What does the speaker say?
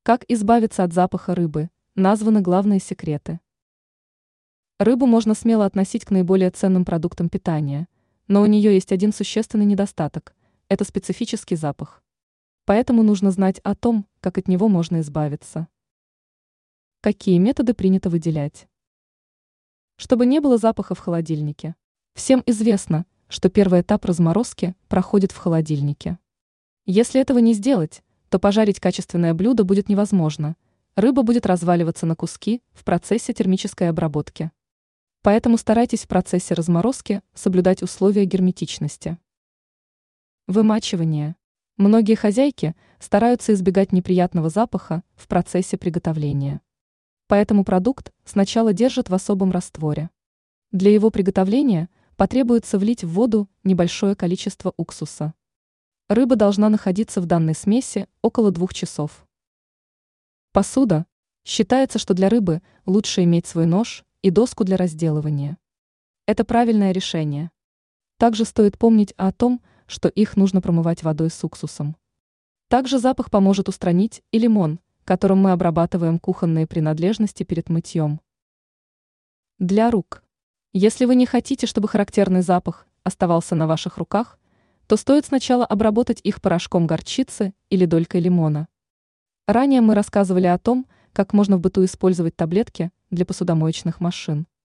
Как избавиться от запаха рыбы? Названы главные секреты. Рыбу можно смело относить к наиболее ценным продуктам питания, но у нее есть один существенный недостаток – это специфический запах. Поэтому нужно знать о том, как от него можно избавиться. Какие методы принято выделять? Чтобы не было запаха в холодильнике. Всем известно, что первый этап разморозки проходит в холодильнике. Если этого не сделать, то пожарить качественное блюдо будет невозможно. Рыба будет разваливаться на куски в процессе термической обработки. Поэтому старайтесь в процессе разморозки соблюдать условия герметичности. Вымачивание. Многие хозяйки стараются избегать неприятного запаха в процессе приготовления. Поэтому продукт сначала держат в особом растворе. Для его приготовления потребуется влить в воду небольшое количество уксуса. Рыба должна находиться в данной смеси около 2 часов. Посуда. Считается, что для рыбы лучше иметь свой нож и доску для разделывания. Это правильное решение. Также стоит помнить о том, что их нужно промывать водой с уксусом. Также запах поможет устранить и лимон, которым мы обрабатываем кухонные принадлежности перед мытьем. Для рук. Если вы не хотите, чтобы характерный запах оставался на ваших руках, то стоит сначала обработать их порошком горчицы или долькой лимона. Ранее мы рассказывали о том, как можно в быту использовать таблетки для посудомоечных машин.